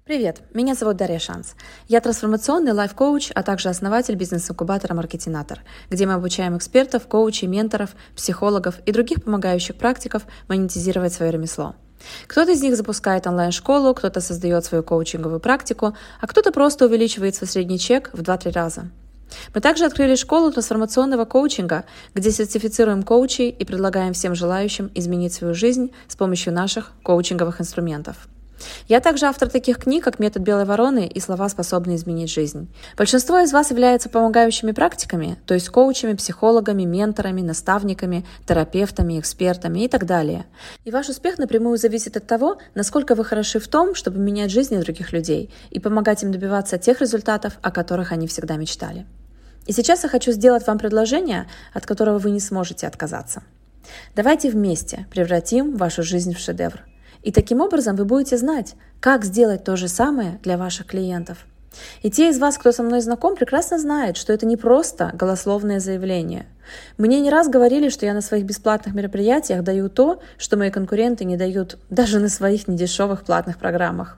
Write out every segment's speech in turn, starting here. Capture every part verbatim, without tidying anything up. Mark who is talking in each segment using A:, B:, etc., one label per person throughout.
A: Привет, меня зовут Дарья Шанс. Я трансформационный лайф-коуч, а также основатель бизнес-инкубатора «Маркетинатор», где мы обучаем экспертов, коучей, менторов, психологов и других помогающих практиков монетизировать свое ремесло. Кто-то из них запускает онлайн-школу, кто-то создает свою коучинговую практику, а кто-то просто увеличивает свой средний чек в два-три раза. Мы также открыли школу трансформационного коучинга, где сертифицируем коучей и предлагаем всем желающим изменить свою жизнь с помощью наших коучинговых инструментов. Я также автор таких книг, как «Метод белой вороны» и «Слова, способные изменить жизнь». Большинство из вас являются помогающими практиками, то есть коучами, психологами, менторами, наставниками, терапевтами, экспертами и так далее. И ваш успех напрямую зависит от того, насколько вы хороши в том, чтобы менять жизни других людей и помогать им добиваться тех результатов, о которых они всегда мечтали. И сейчас я хочу сделать вам предложение, от которого вы не сможете отказаться. Давайте вместе превратим вашу жизнь в шедевр. И таким образом вы будете знать, как сделать то же самое для ваших клиентов. И те из вас, кто со мной знаком, прекрасно знают, что это не просто голословное заявление. Мне не раз говорили, что я на своих бесплатных мероприятиях даю то, что мои конкуренты не дают даже на своих недешевых платных программах.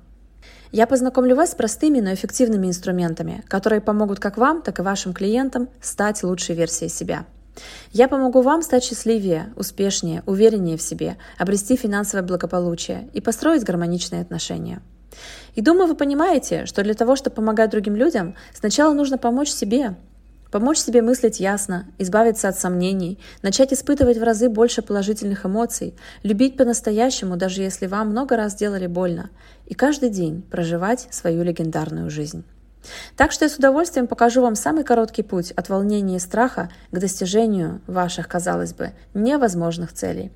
A: Я познакомлю вас с простыми, но эффективными инструментами, которые помогут как вам, так и вашим клиентам стать лучшей версией себя. Я помогу вам стать счастливее, успешнее, увереннее в себе, обрести финансовое благополучие и построить гармоничные отношения. И думаю, вы понимаете, что для того, чтобы помогать другим людям, сначала нужно помочь себе. Помочь себе мыслить ясно, избавиться от сомнений, начать испытывать в разы больше положительных эмоций, любить по-настоящему, даже если вам много раз делали больно, и каждый день проживать свою легендарную жизнь. Так что я с удовольствием покажу вам самый короткий путь от волнения и страха к достижению ваших, казалось бы, невозможных целей.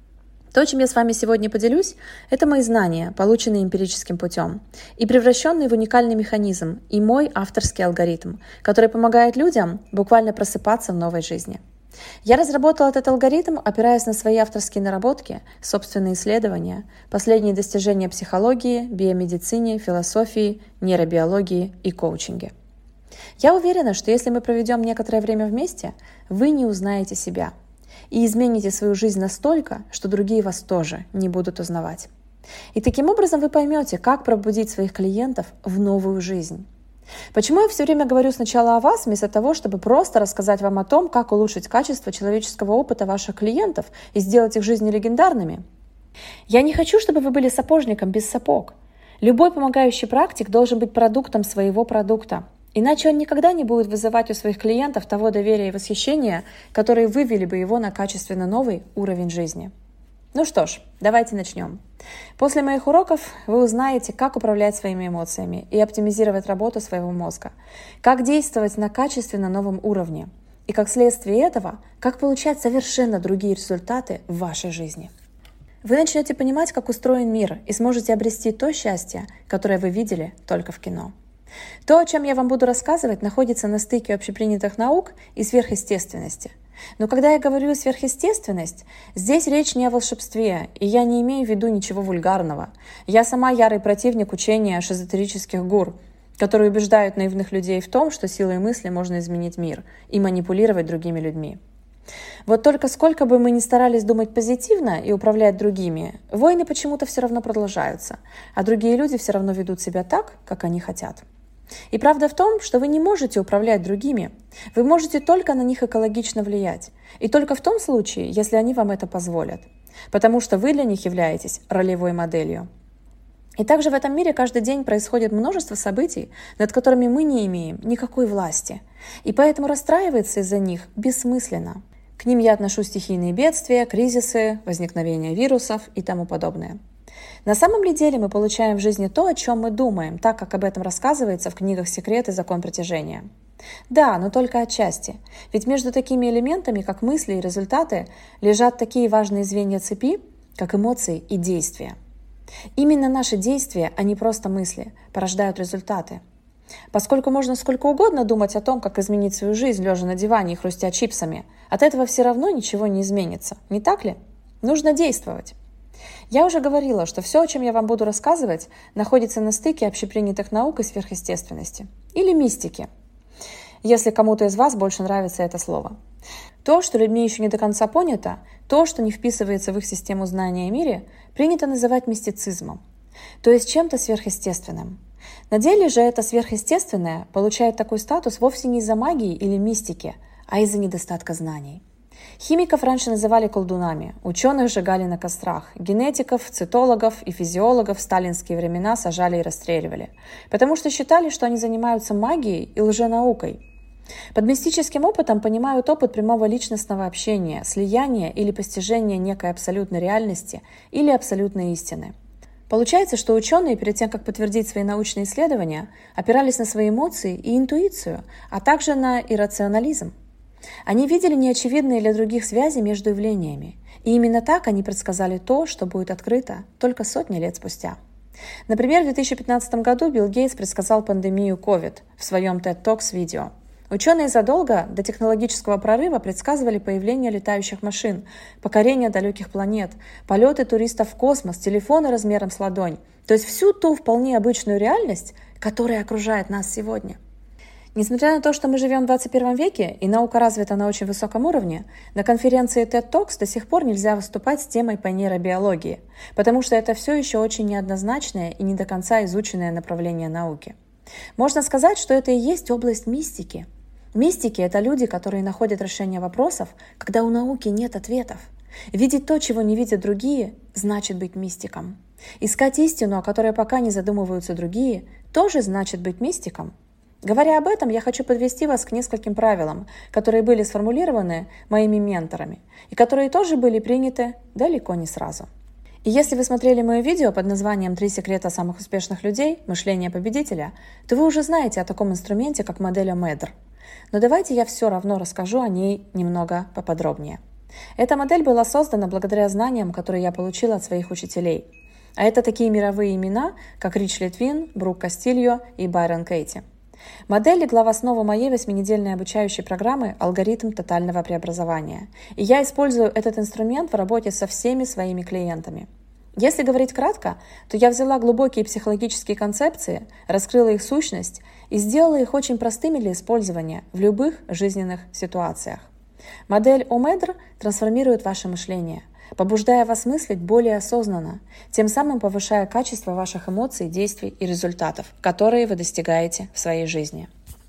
A: То, чем я с вами сегодня поделюсь, это мои знания, полученные эмпирическим путем, и превращенные в уникальный механизм, и мой авторский алгоритм, который помогает людям буквально просыпаться в новой жизни. Я разработала этот алгоритм, опираясь на свои авторские наработки, собственные исследования, последние достижения психологии, биомедицине, философии, нейробиологии и коучинге. Я уверена, что если мы проведем некоторое время вместе, вы не узнаете себя и измените свою жизнь настолько, что другие вас тоже не будут узнавать. И таким образом вы поймете, как пробудить своих клиентов в новую жизнь. Почему я все время говорю сначала о вас, вместо того, чтобы просто рассказать вам о том, как улучшить качество человеческого опыта ваших клиентов и сделать их жизни легендарными? Я не хочу, чтобы вы были сапожником без сапог. Любой помогающий практик должен быть продуктом своего продукта. Иначе он никогда не будет вызывать у своих клиентов того доверия и восхищения, которые вывели бы его на качественно новый уровень жизни. Ну что ж, давайте начнем. После моих уроков вы узнаете, как управлять своими эмоциями и оптимизировать работу своего мозга, как действовать на качественно новом уровне и, как следствие этого, как получать совершенно другие результаты в вашей жизни. Вы начнете понимать, как устроен мир, и сможете обрести то счастье, которое вы видели только в кино. То, о чем я вам буду рассказывать, находится на стыке общепринятых наук и сверхъестественности. Но когда я говорю «сверхъестественность», здесь речь не о волшебстве, и я не имею в виду ничего вульгарного. Я сама ярый противник учения шизотерических гур, которые убеждают наивных людей в том, что силой мысли можно изменить мир и манипулировать другими людьми. Вот только сколько бы мы ни старались думать позитивно и управлять другими, войны почему-то все равно продолжаются, а другие люди все равно ведут себя так, как они хотят. И правда в том, что вы не можете управлять другими, вы можете только на них экологично влиять, и только в том случае, если они вам это позволят, потому что вы для них являетесь ролевой моделью. И также в этом мире каждый день происходит множество событий, над которыми мы не имеем никакой власти, и поэтому расстраиваться из-за них бессмысленно. К ним я отношу стихийные бедствия, кризисы, возникновение вирусов и тому подобное. На самом ли деле мы получаем в жизни то, о чем мы думаем, так как об этом рассказывается в книгах «Секрет» и «Закон притяжения»? Да, но только отчасти. Ведь между такими элементами, как мысли и результаты, лежат такие важные звенья цепи, как эмоции и действия. Именно наши действия, а не просто мысли, порождают результаты. Поскольку можно сколько угодно думать о том, как изменить свою жизнь, лежа на диване и хрустя чипсами, от этого все равно ничего не изменится, не так ли? Нужно действовать. Я уже говорила, что все, о чем я вам буду рассказывать, находится на стыке общепринятых наук и сверхъестественности. Или мистики, если кому-то из вас больше нравится это слово. То, что людьми еще не до конца понято, то, что не вписывается в их систему знания о мире, принято называть мистицизмом. то есть чем-то сверхъестественным. На деле же это сверхъестественное получает такой статус вовсе не из-за магии или мистики, а из-за недостатка знаний. Химиков раньше называли колдунами, ученых сжигали на кострах, генетиков, цитологов и физиологов в сталинские времена сажали и расстреливали, потому что считали, что они занимаются магией и лженаукой. Под мистическим опытом понимают опыт прямого личностного общения, слияния или постижения некой абсолютной реальности или абсолютной истины. Получается, что ученые перед тем, как подтвердить свои научные исследования, опирались на свои эмоции и интуицию, а также на иррационализм. Они видели неочевидные для других связи между явлениями, и именно так они предсказали то, что будет открыто только сотни лет спустя. Например, в две тысячи пятнадцатом году Билл Гейтс предсказал пандемию ковид в своем TED Talks видео. Ученые задолго до технологического прорыва предсказывали появление летающих машин, покорение далеких планет, полеты туристов в космос, телефоны размером с ладонь, то есть всю ту вполне обычную реальность, которая окружает нас сегодня. Несмотря на то, что мы живем в двадцать первом веке и наука развита на очень высоком уровне, на конференции TED Talks до сих пор нельзя выступать с темой по нейробиологии, потому что это все еще очень неоднозначное и не до конца изученное направление науки. Можно сказать, что это и есть область мистики. Мистики – это люди, которые находят решение вопросов, когда у науки нет ответов. Видеть то, чего не видят другие, значит быть мистиком. Искать истину, о которой пока не задумываются другие, тоже значит быть мистиком. Говоря об этом, я хочу подвести вас к нескольким правилам, которые были сформулированы моими менторами и которые тоже были приняты далеко не сразу. И если вы смотрели мое видео под названием «Три секрета самых успешных людей. Мышление победителя», то вы уже знаете о таком инструменте, как модель Омедр. Но давайте я все равно расскажу о ней немного поподробнее. Эта модель была создана благодаря знаниям, которые я получила от своих учителей. А это такие мировые имена, как Рич Литвин, Брук Кастильо и Байрон Кейти. Модель легла в основу моей восьминедельной обучающей программы «Алгоритм тотального преобразования». И я использую этот инструмент в работе со всеми своими клиентами. Если говорить кратко, то я взяла глубокие психологические концепции, раскрыла их сущность и сделала их очень простыми для использования в любых жизненных ситуациях. Модель Омедр трансформирует ваше мышление, побуждая вас мыслить более осознанно, тем самым повышая качество ваших эмоций, действий и результатов, которые вы достигаете в своей жизни.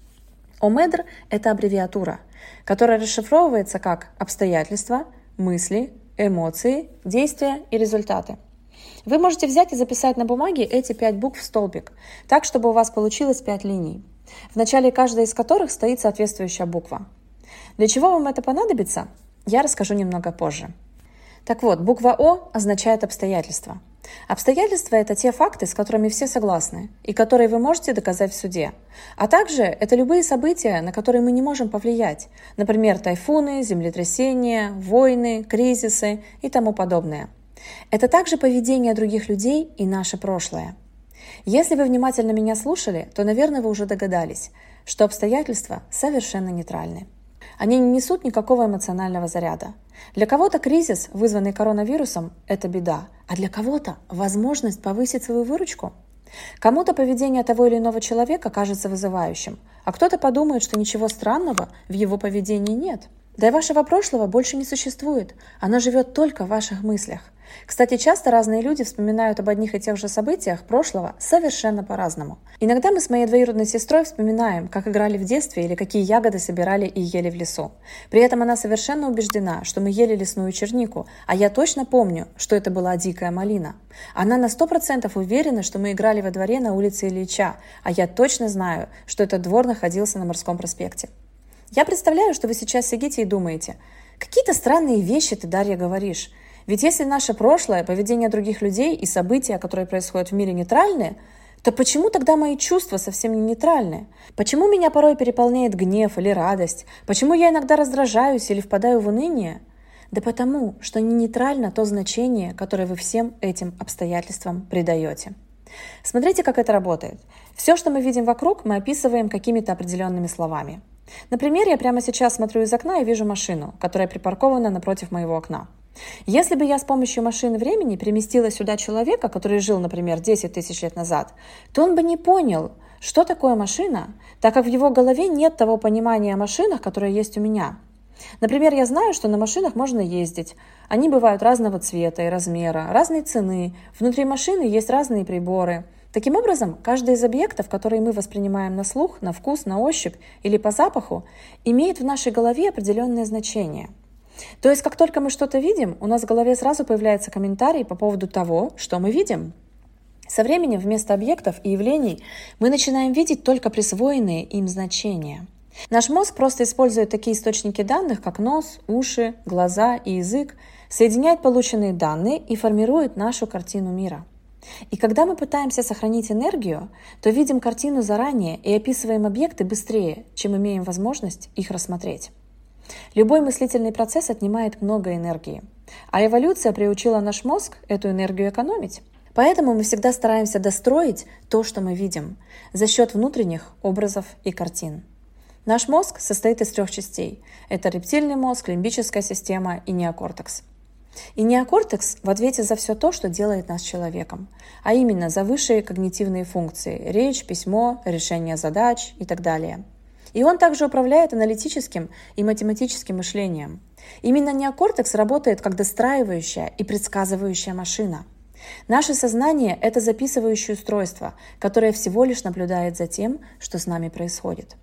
A: Омедр – это аббревиатура, которая расшифровывается как обстоятельства, мысли, эмоции, действия и результаты. Вы можете взять и записать на бумаге эти пять букв в столбик, так, чтобы у вас получилось пять линий, в начале каждой из которых стоит соответствующая буква. Для чего вам это понадобится, я расскажу немного позже. Так вот, буква О означает обстоятельства. Обстоятельства – это те факты, с которыми все согласны, и которые вы можете доказать в суде. А также это любые события, на которые мы не можем повлиять, например, тайфуны, землетрясения, войны, кризисы и тому подобное. Это также поведение других людей и наше прошлое. Если вы внимательно меня слушали, то, наверное, вы уже догадались, что обстоятельства совершенно нейтральны. Они не несут никакого эмоционального заряда. Для кого-то кризис, вызванный коронавирусом, это беда, а для кого-то возможность повысить свою выручку. Кому-то поведение того или иного человека кажется вызывающим, а кто-то подумает, что ничего странного в его поведении нет. Да и вашего прошлого больше не существует, оно живет только в ваших мыслях. Кстати, часто разные люди вспоминают об одних и тех же событиях прошлого совершенно по-разному. Иногда мы с моей двоюродной сестрой вспоминаем, как играли в детстве или какие ягоды собирали и ели в лесу. При этом она совершенно убеждена, что мы ели лесную чернику, а я точно помню, что это была дикая малина. Она на сто процентов уверена, что мы играли во дворе на улице Ильича, а я точно знаю, что этот двор находился на Морском проспекте. Я представляю, что вы сейчас сидите и думаете, какие-то странные вещи ты, Дарья, говоришь. Ведь если наше прошлое, поведение других людей и события, которые происходят в мире, нейтральны, то почему тогда мои чувства совсем не нейтральны? Почему меня порой переполняет гнев или радость? Почему я иногда раздражаюсь или впадаю в уныние? Да потому, что не нейтрально то значение, которое вы всем этим обстоятельствам придаете. Смотрите, как это работает. Все, что мы видим вокруг, мы описываем какими-то определенными словами. Например, я прямо сейчас смотрю из окна и вижу машину, которая припаркована напротив моего окна. Если бы я с помощью машины времени переместила сюда человека, который жил, например, десять тысяч лет назад, то он бы не понял, что такое машина, так как в его голове нет того понимания о машинах, которое есть у меня. Например, я знаю, что на машинах можно ездить. Они бывают разного цвета и размера, разной цены. Внутри машины есть разные приборы. Таким образом, каждый из объектов, которые мы воспринимаем на слух, на вкус, на ощупь или по запаху, имеет в нашей голове определенное значение. То есть, как только мы что-то видим, у нас в голове сразу появляется комментарий по поводу того, что мы видим. Со временем вместо объектов и явлений мы начинаем видеть только присвоенные им значения. Наш мозг просто использует такие источники данных, как нос, уши, глаза и язык, соединяет полученные данные и формирует нашу картину мира. И когда мы пытаемся сохранить энергию, то видим картину заранее и описываем объекты быстрее, чем имеем возможность их рассмотреть. Любой мыслительный процесс отнимает много энергии, а эволюция приучила наш мозг эту энергию экономить. Поэтому мы всегда стараемся достроить то, что мы видим, за счет внутренних образов и картин. Наш мозг состоит из трех частей. Это рептильный мозг, лимбическая система и неокортекс. И неокортекс в ответе за все то, что делает нас человеком, а именно за высшие когнитивные функции – речь, письмо, решение задач и так далее. И он также управляет аналитическим и математическим мышлением. Именно неокортекс работает как достраивающая и предсказывающая машина. Наше сознание – это записывающее устройство, которое всего лишь наблюдает за тем, что с нами происходит.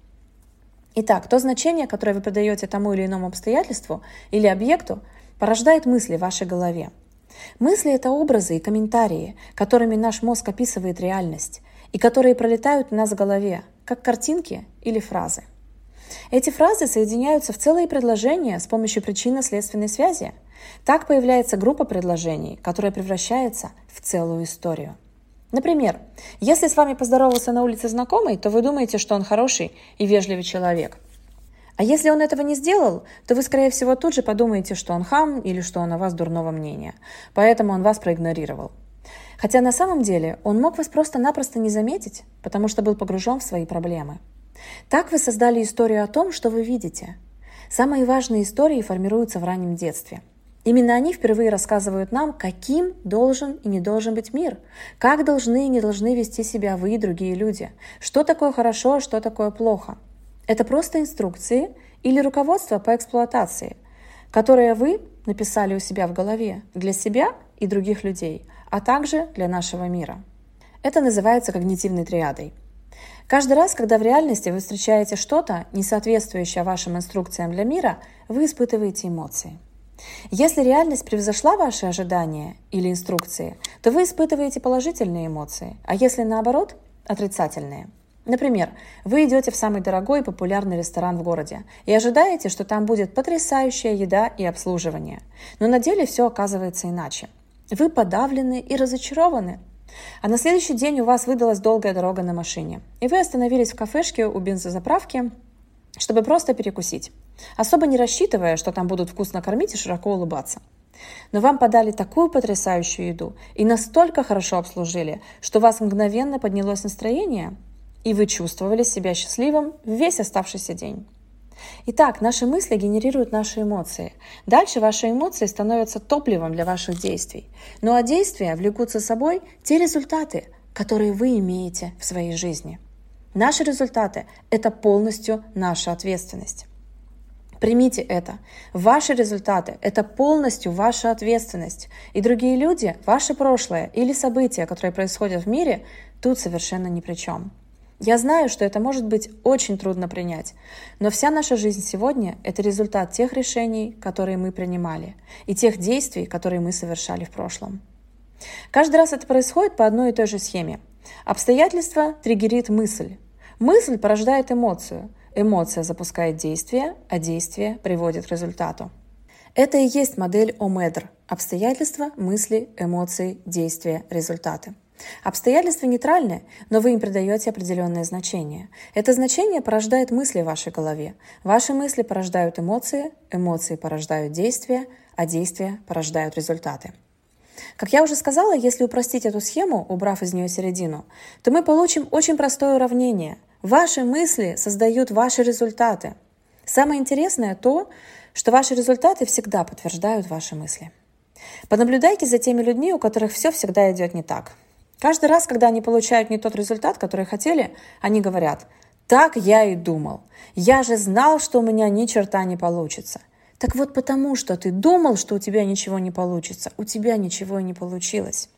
A: Итак, то значение, которое вы придаете тому или иному обстоятельству или объекту, порождает мысли в вашей голове. Мысли – это образы и комментарии, которыми наш мозг описывает реальность, и которые пролетают у нас в голове, как картинки или фразы. Эти фразы соединяются в целые предложения с помощью причинно-следственной связи. Так появляется группа предложений, которая превращается в целую историю. Например, если с вами поздоровался на улице знакомый, то вы думаете, что он хороший и вежливый человек. А если он этого не сделал, то вы, скорее всего, тут же подумаете, что он хам или что он о вас дурного мнения, поэтому он вас проигнорировал. Хотя на самом деле он мог вас просто-напросто не заметить, потому что был погружен в свои проблемы. Так вы создали историю о том, что вы видите. Самые важные истории формируются в раннем детстве. Именно они впервые рассказывают нам, каким должен и не должен быть мир, как должны и не должны вести себя вы и другие люди, что такое хорошо, а что такое плохо. Это просто инструкции или руководство по эксплуатации, которые вы написали у себя в голове для себя и других людей, а также для нашего мира. Это называется когнитивной триадой. Каждый раз, когда в реальности вы встречаете что-то, не соответствующее вашим инструкциям для мира, вы испытываете эмоции. Если реальность превзошла ваши ожидания или инструкции, то вы испытываете положительные эмоции, а если наоборот – отрицательные. Например, вы идете в самый дорогой и популярный ресторан в городе и ожидаете, что там будет потрясающая еда и обслуживание. Но на деле все оказывается иначе. Вы подавлены и разочарованы. А на следующий день у вас выдалась долгая дорога на машине, и вы остановились в кафешке у бензозаправки, чтобы просто перекусить, особо не рассчитывая, что там будут вкусно кормить и широко улыбаться. Но вам подали такую потрясающую еду и настолько хорошо обслужили, что у вас мгновенно поднялось настроение, и вы чувствовали себя счастливым весь оставшийся день. Итак, наши мысли генерируют наши эмоции. Дальше ваши эмоции становятся топливом для ваших действий. Ну а действия влекут за собой те результаты, которые вы имеете в своей жизни. Наши результаты – это полностью наша ответственность. Примите это. Ваши результаты – это полностью ваша ответственность. И другие люди, ваше прошлое или события, которые происходят в мире, тут совершенно ни при чем. Я знаю, что это может быть очень трудно принять, но вся наша жизнь сегодня – это результат тех решений, которые мы принимали, и тех действий, которые мы совершали в прошлом. Каждый раз это происходит по одной и той же схеме. Обстоятельство триггерит мысль. Мысль порождает эмоцию. Эмоция запускает действие, а действие приводит к результату. Это и есть модель ОМЭДР – обстоятельства, мысли, эмоции, действия, результаты. Обстоятельства нейтральны, но вы им придаете определенное значение. Это значение порождает мысли в вашей голове. Ваши мысли порождают эмоции, эмоции порождают действия, а действия порождают результаты. Как я уже сказала, если упростить эту схему, убрав из нее середину, то мы получим очень простое уравнение. Ваши мысли создают ваши результаты. Самое интересное то, что ваши результаты всегда подтверждают ваши мысли. Понаблюдайте за теми людьми, у которых все всегда идет не так. Каждый раз, когда они получают не тот результат, который хотели, они говорят: «Да, Так я и думал. Я же знал, что у меня ни черта не получится. Так вот потому, что ты думал, что у тебя ничего не получится, у тебя ничего и не получилось.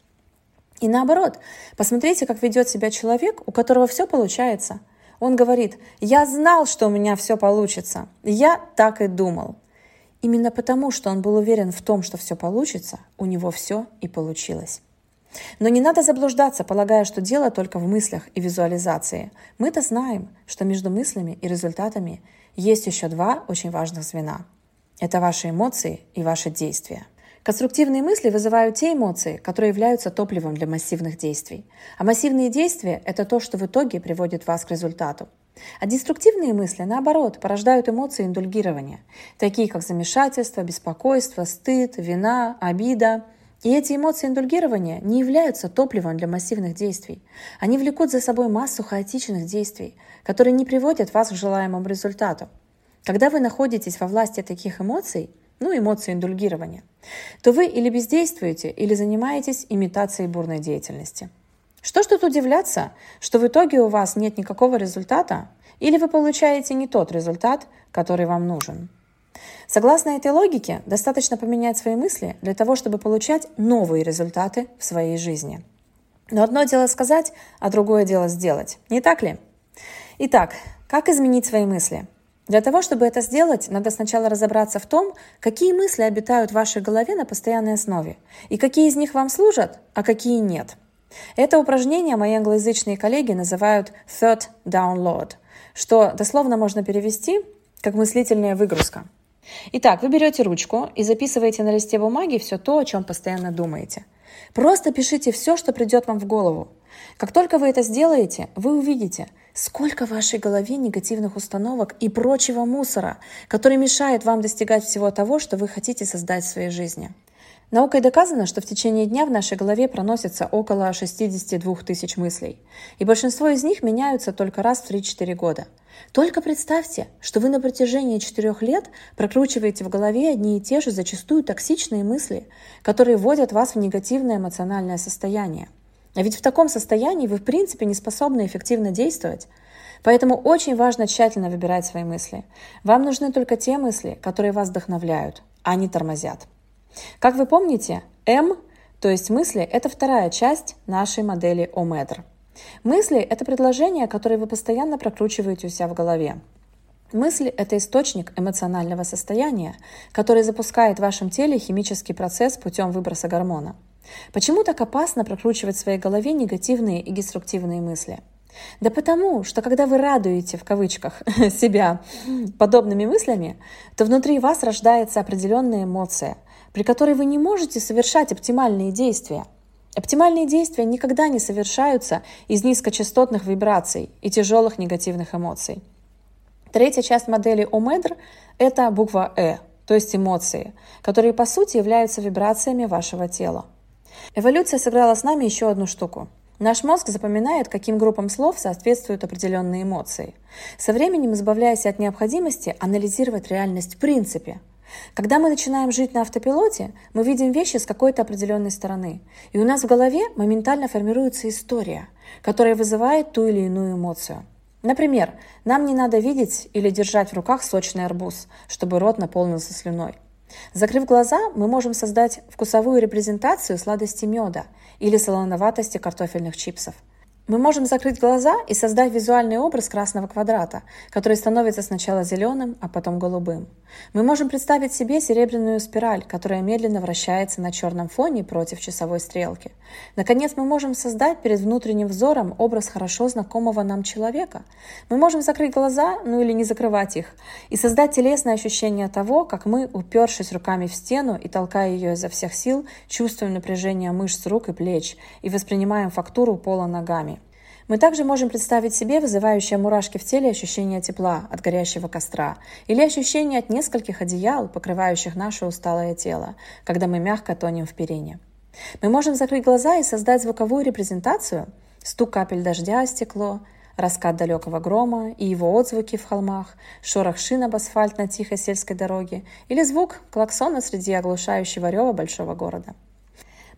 A: И наоборот, посмотрите, как ведет себя человек, у которого все получается. Он говорит: я знал, что у меня все получится. Я так и думал. Именно потому, что он был уверен в том, что все получится, у него все и получилось. Но не надо заблуждаться, полагая, что дело только в мыслях и визуализации. Мы-то знаем, что между мыслями и результатами есть еще два очень важных звена. Это ваши эмоции и ваши действия. Конструктивные мысли вызывают те эмоции, которые являются топливом для массивных действий. А массивные действия – это то, что в итоге приводит вас к результату. А деструктивные мысли, наоборот, порождают эмоции индульгирования, такие как замешательство, беспокойство, стыд, вина, обида. И эти эмоции индульгирования не являются топливом для массивных действий. Они влекут за собой массу хаотичных действий, которые не приводят вас к желаемому результату. Когда вы находитесь во власти таких эмоций, ну, эмоции индульгирования, то вы или бездействуете, или занимаетесь имитацией бурной деятельности. Что ж тут удивляться, что в итоге у вас нет никакого результата, или вы получаете не тот результат, который вам нужен. Согласно этой логике, достаточно поменять свои мысли для того, чтобы получать новые результаты в своей жизни. Но одно дело сказать, а другое дело сделать. Не так ли? Итак, как изменить свои мысли? Для того, чтобы это сделать, надо сначала разобраться в том, какие мысли обитают в вашей голове на постоянной основе, и какие из них вам служат, а какие нет. Это упражнение мои англоязычные коллеги называют thought download, что дословно можно перевести как мыслительная выгрузка. Итак, вы берете ручку и записываете на листе бумаги все то, о чем постоянно думаете. Просто пишите все, что придет вам в голову. Как только вы это сделаете, вы увидите, сколько в вашей голове негативных установок и прочего мусора, который мешает вам достигать всего того, что вы хотите создать в своей жизни. Наукой доказано, что в течение дня в нашей голове проносится около шестьдесят два тысяч мыслей, и большинство из них меняются только раз в три-четыре года. Только представьте, что вы на протяжении четырех лет прокручиваете в голове одни и те же зачастую токсичные мысли, которые вводят вас в негативное эмоциональное состояние. А ведь в таком состоянии вы в принципе не способны эффективно действовать. Поэтому очень важно тщательно выбирать свои мысли. Вам нужны только те мысли, которые вас вдохновляют, а не тормозят. Как вы помните, М, то есть мысли, это вторая часть нашей модели ОМЭДР. Мысли – это предложения, которые вы постоянно прокручиваете у себя в голове. Мысли – это источник эмоционального состояния, который запускает в вашем теле химический процесс путем выброса гормона. Почему так опасно прокручивать в своей голове негативные и деструктивные мысли? Да потому, что когда вы радуете, в кавычках, себя подобными мыслями, то внутри вас рождается определенная эмоция, при которой вы не можете совершать оптимальные действия. Оптимальные действия никогда не совершаются из низкочастотных вибраций и тяжелых негативных эмоций. Третья часть модели ОМЭДР – это буква «Э», то есть эмоции, которые по сути являются вибрациями вашего тела. Эволюция сыграла с нами еще одну штуку. Наш мозг запоминает, каким группам слов соответствуют определенные эмоции, со временем избавляясь от необходимости анализировать реальность в принципе. Когда мы начинаем жить на автопилоте, мы видим вещи с какой-то определенной стороны, и у нас в голове моментально формируется история, которая вызывает ту или иную эмоцию. Например, нам не надо видеть или держать в руках сочный арбуз, чтобы рот наполнился слюной. Закрыв глаза, мы можем создать вкусовую репрезентацию сладости меда или солоноватости картофельных чипсов. Мы можем закрыть глаза и создать визуальный образ красного квадрата, который становится сначала зеленым, а потом голубым. Мы можем представить себе серебряную спираль, которая медленно вращается на черном фоне против часовой стрелки. Наконец, мы можем создать перед внутренним взором образ хорошо знакомого нам человека. Мы можем закрыть глаза, ну или не закрывать их, и создать телесное ощущение того, как мы, упершись руками в стену и толкая ее изо всех сил, чувствуем напряжение мышц рук и плеч и воспринимаем фактуру пола ногами. Мы также можем представить себе вызывающее мурашки в теле ощущение тепла от горящего костра или ощущение от нескольких одеял, покрывающих наше усталое тело, когда мы мягко тонем в перине. Мы можем закрыть глаза и создать звуковую репрезентацию: стук капель дождя о стекло, раскат далекого грома и его отзвуки в холмах, шорох шин об асфальт на тихой сельской дороге или звук клаксона среди оглушающего рева большого города.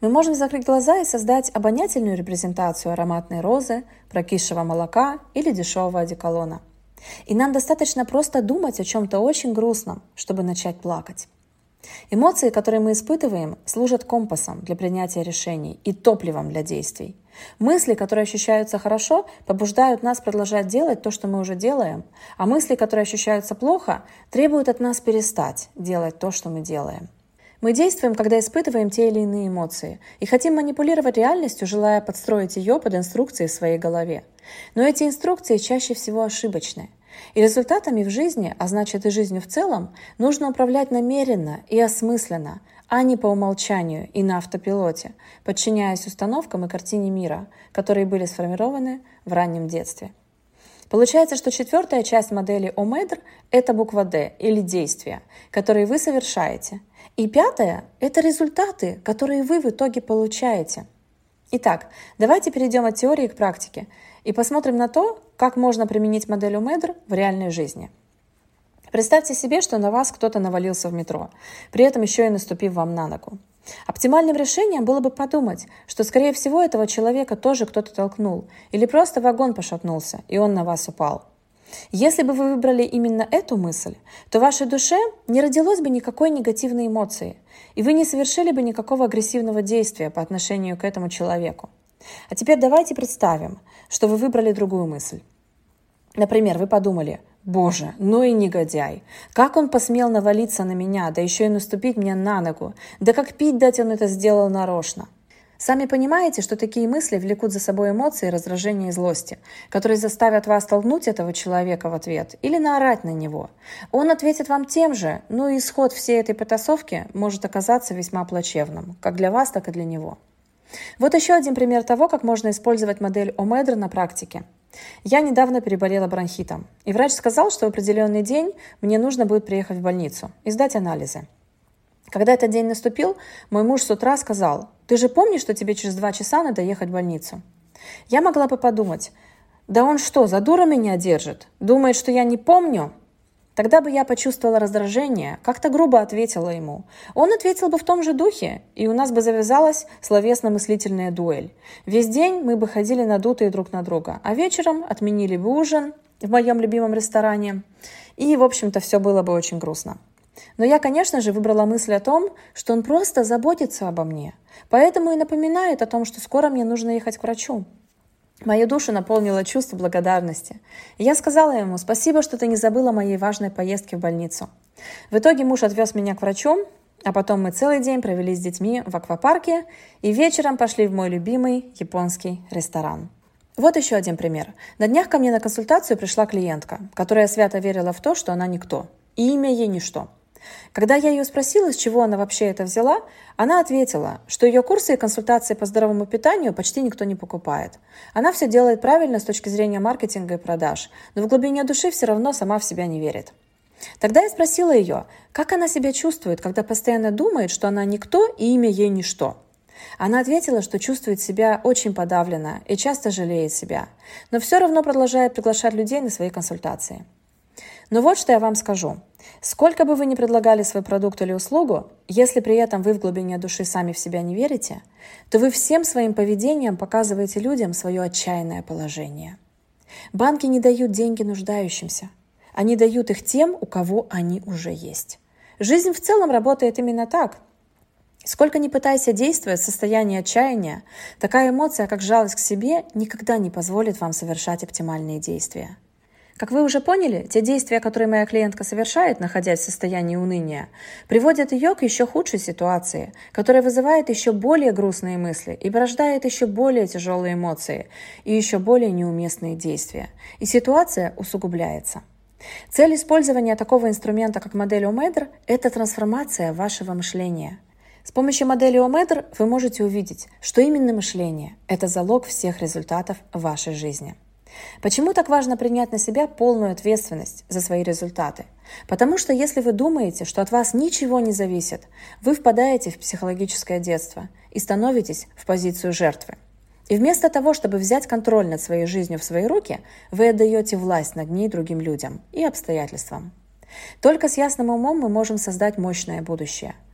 A: Мы можем закрыть глаза и создать обонятельную репрезентацию ароматной розы, прокисшего молока или дешевого одеколона. И нам достаточно просто думать о чем-то очень грустном, чтобы начать плакать. Эмоции, которые мы испытываем, служат компасом для принятия решений и топливом для действий. Мысли, которые ощущаются хорошо, побуждают нас продолжать делать то, что мы уже делаем, а мысли, которые ощущаются плохо, требуют от нас перестать делать то, что мы делаем. Мы действуем, когда испытываем те или иные эмоции, и хотим манипулировать реальностью, желая подстроить ее под инструкции в своей голове. Но эти инструкции чаще всего ошибочны. И результатами в жизни, а значит и жизнью в целом, нужно управлять намеренно и осмысленно, а не по умолчанию и на автопилоте, подчиняясь установкам и картине мира, которые были сформированы в раннем детстве. Получается, что четвертая часть модели ОМЭДР – это буква «Д» или действия, которые вы совершаете. И пятая – это результаты, которые вы в итоге получаете. Итак, давайте перейдем от теории к практике и посмотрим на то, как можно применить модель ОМЭДР в реальной жизни. Представьте себе, что на вас кто-то навалился в метро, при этом еще и наступив вам на ногу. Оптимальным решением было бы подумать, что, скорее всего, этого человека тоже кто-то толкнул, или просто вагон пошатнулся, и он на вас упал. Если бы вы выбрали именно эту мысль, то в вашей душе не родилось бы никакой негативной эмоции, и вы не совершили бы никакого агрессивного действия по отношению к этому человеку. А теперь давайте представим, что вы выбрали другую мысль. Например, вы подумали: «Боже, ну и негодяй! Как он посмел навалиться на меня, да еще и наступить мне на ногу? Да как пить дать он это сделал нарочно?» Сами понимаете, что такие мысли влекут за собой эмоции раздражения и злости, которые заставят вас толкнуть этого человека в ответ или наорать на него. Он ответит вам тем же, ну и исход всей этой потасовки может оказаться весьма плачевным, как для вас, так и для него. Вот еще один пример того, как можно использовать модель ОМЭДР на практике. Я недавно переболела бронхитом, и врач сказал, что в определенный день мне нужно будет приехать в больницу и сдать анализы. Когда этот день наступил, мой муж с утра сказал: «Ты же помнишь, что тебе через два часа надо ехать в больницу?» Я могла бы подумать: «Да он что, за дура меня держит? Думает, что я не помню?» Тогда бы я почувствовала раздражение, как-то грубо ответила ему. Он ответил бы в том же духе, и у нас бы завязалась словесно-мыслительная дуэль. Весь день мы бы ходили надутые друг на друга, а вечером отменили бы ужин в моем любимом ресторане, и, в общем-то, все было бы очень грустно. Но я, конечно же, выбрала мысль о том, что он просто заботится обо мне, поэтому и напоминает о том, что скоро мне нужно ехать к врачу. Мою душу наполнило чувство благодарности. И я сказала ему: «Спасибо, что ты не забыла о моей важной поездке в больницу». В итоге муж отвез меня к врачу, а потом мы целый день провели с детьми в аквапарке и вечером пошли в мой любимый японский ресторан. Вот еще один пример. На днях ко мне на консультацию пришла клиентка, которая свято верила в то, что она никто, и имя ей ничто. Когда я ее спросила, с чего она вообще это взяла, она ответила, что ее курсы и консультации по здоровому питанию почти никто не покупает. Она все делает правильно с точки зрения маркетинга и продаж, но в глубине души все равно сама в себя не верит. Тогда я спросила ее, как она себя чувствует, когда постоянно думает, что она никто и имя ей ничто. Она ответила, что чувствует себя очень подавленно и часто жалеет себя, но все равно продолжает приглашать людей на свои консультации. Но вот что я вам скажу. Сколько бы вы ни предлагали свой продукт или услугу, если при этом вы в глубине души сами в себя не верите, то вы всем своим поведением показываете людям свое отчаянное положение. Банки не дают деньги нуждающимся. Они дают их тем, у кого они уже есть. Жизнь в целом работает именно так. Сколько ни пытайся действовать в состоянии отчаяния, такая эмоция, как жалость к себе, никогда не позволит вам совершать оптимальные действия. Как вы уже поняли, те действия, которые моя клиентка совершает, находясь в состоянии уныния, приводят ее к еще худшей ситуации, которая вызывает еще более грустные мысли и порождает еще более тяжелые эмоции и еще более неуместные действия. И ситуация усугубляется. Цель использования такого инструмента, как модель ОМЭДР, это трансформация вашего мышления. С помощью модели ОМЭДР вы можете увидеть, что именно мышление – это залог всех результатов в вашей жизни. Почему так важно принять на себя полную ответственность за свои результаты? Потому что если вы думаете, что от вас ничего не зависит, вы впадаете в психологическое детство и становитесь в позицию жертвы. И вместо того, чтобы взять контроль над своей жизнью в свои руки, вы отдаете власть над ней другим людям и обстоятельствам. Только с ясным умом мы можем создать мощное будущее.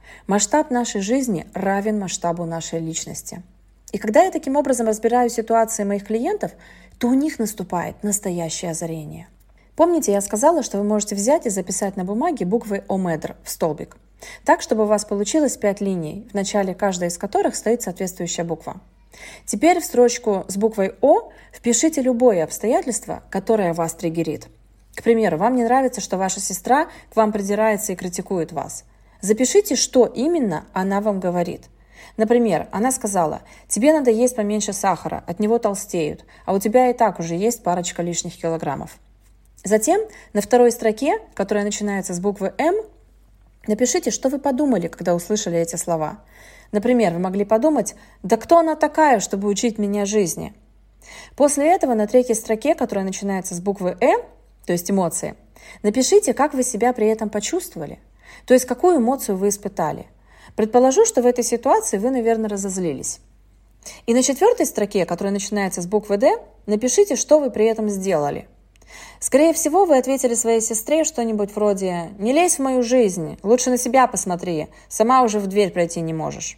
A: Масштаб нашей жизни равен масштабу нашей личности. И когда я таким образом разбираю ситуации моих клиентов, то у них наступает настоящее озарение. Помните, я сказала, что вы можете взять и записать на бумаге буквы ОМЭДР в столбик, так, чтобы у вас получилось пять линий, в начале каждой из которых стоит соответствующая буква. Теперь в строчку с буквой О впишите любое обстоятельство, которое вас триггерит. К примеру, вам не нравится, что ваша сестра к вам придирается и критикует вас. Запишите, что именно она вам говорит. Например, она сказала: «Тебе надо есть поменьше сахара, от него толстеют, а у тебя и так уже есть парочка лишних килограммов». Затем на второй строке, которая начинается с буквы М, напишите, что вы подумали, когда услышали эти слова. Например, вы могли подумать: «Да кто она такая, чтобы учить меня жизни?» После этого на третьей строке, которая начинается с буквы Э, то есть эмоции, напишите, как вы себя при этом почувствовали, то есть какую эмоцию вы испытали. Предположу, что в этой ситуации вы, наверное, разозлились. И на четвертой строке, которая начинается с буквы Д, напишите, что вы при этом сделали. Скорее всего, вы ответили своей сестре что-нибудь вроде: «Не лезь в мою жизнь, лучше на себя посмотри, сама уже в дверь пройти не можешь».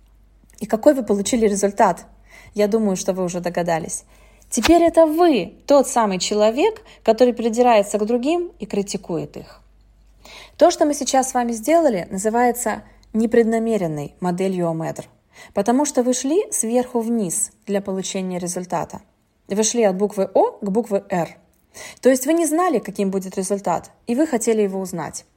A: И какой вы получили результат? Я думаю, что вы уже догадались. Теперь это вы, тот самый человек, который придирается к другим и критикует их. То, что мы сейчас с вами сделали, называется непреднамеренной моделью ОМЭДР, потому что вы шли сверху вниз для получения результата. Вы шли от буквы О к букве Р. То есть вы не знали, каким будет результат, и вы хотели его узнать.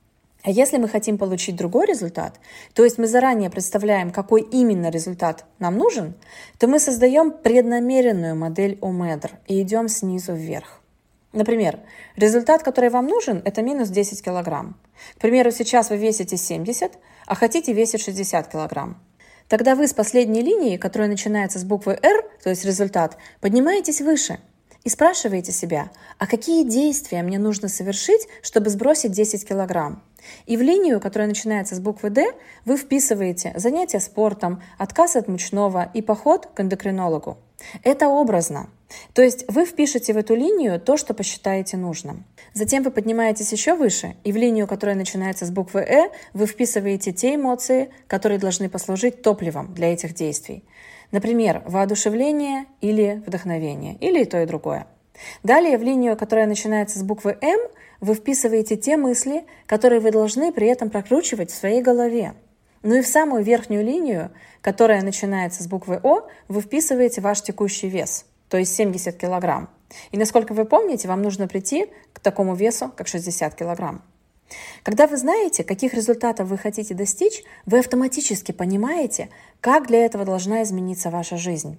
A: А если мы хотим получить другой результат, то есть мы заранее представляем, какой именно результат нам нужен, то мы создаем преднамеренную модель ОМЭДР и идем снизу вверх. Например, результат, который вам нужен, это минус десять килограмм. К примеру, сейчас вы весите семьдесят, а хотите весить шестьдесят килограмм. Тогда вы с последней линии, которая начинается с буквы Р, то есть результат, поднимаетесь выше и спрашиваете себя: а какие действия мне нужно совершить, чтобы сбросить десять килограмм? И в линию, которая начинается с буквы Д, вы вписываете занятия спортом, отказ от мучного и поход к эндокринологу. Это образно. То есть вы впишете в эту линию то, что посчитаете нужным. Затем вы поднимаетесь еще выше, и в линию, которая начинается с буквы Э, вы вписываете те эмоции, которые должны послужить топливом для этих действий. Например, воодушевление или вдохновение, или и то, и другое. Далее в линию, которая начинается с буквы М, вы вписываете те мысли, которые вы должны при этом прокручивать в своей голове. Ну и в самую верхнюю линию, которая начинается с буквы О, вы вписываете ваш текущий вес, то есть семьдесят килограмм. И насколько вы помните, вам нужно прийти к такому весу, как шестьдесят килограмм. Когда вы знаете, каких результатов вы хотите достичь, вы автоматически понимаете, как для этого должна измениться ваша жизнь.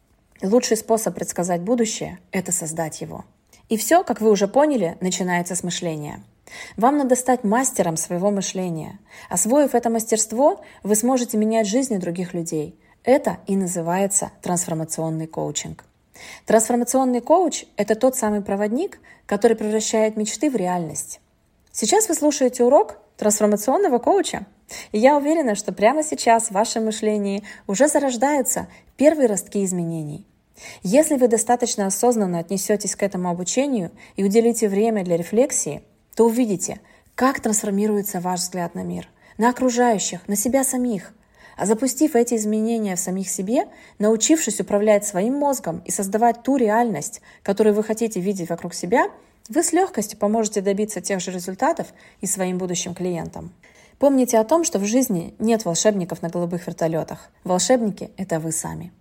A: И лучший способ предсказать будущее – это создать его. И все, как вы уже поняли, начинается с мышления. Вам надо стать мастером своего мышления. Освоив это мастерство, вы сможете менять жизни других людей. Это и называется трансформационный коучинг. Трансформационный коуч – это тот самый проводник, который превращает мечты в реальность. Сейчас вы слушаете урок трансформационного коуча, и я уверена, что прямо сейчас в вашем мышлении уже зарождаются первые ростки изменений. Если вы достаточно осознанно отнесетесь к этому обучению и уделите время для рефлексии, то увидите, как трансформируется ваш взгляд на мир, на окружающих, на себя самих. А запустив эти изменения в самих себе, научившись управлять своим мозгом и создавать ту реальность, которую вы хотите видеть вокруг себя, вы с легкостью поможете добиться тех же результатов и своим будущим клиентам. Помните о том, что в жизни нет волшебников на голубых вертолетах. Волшебники – это вы сами.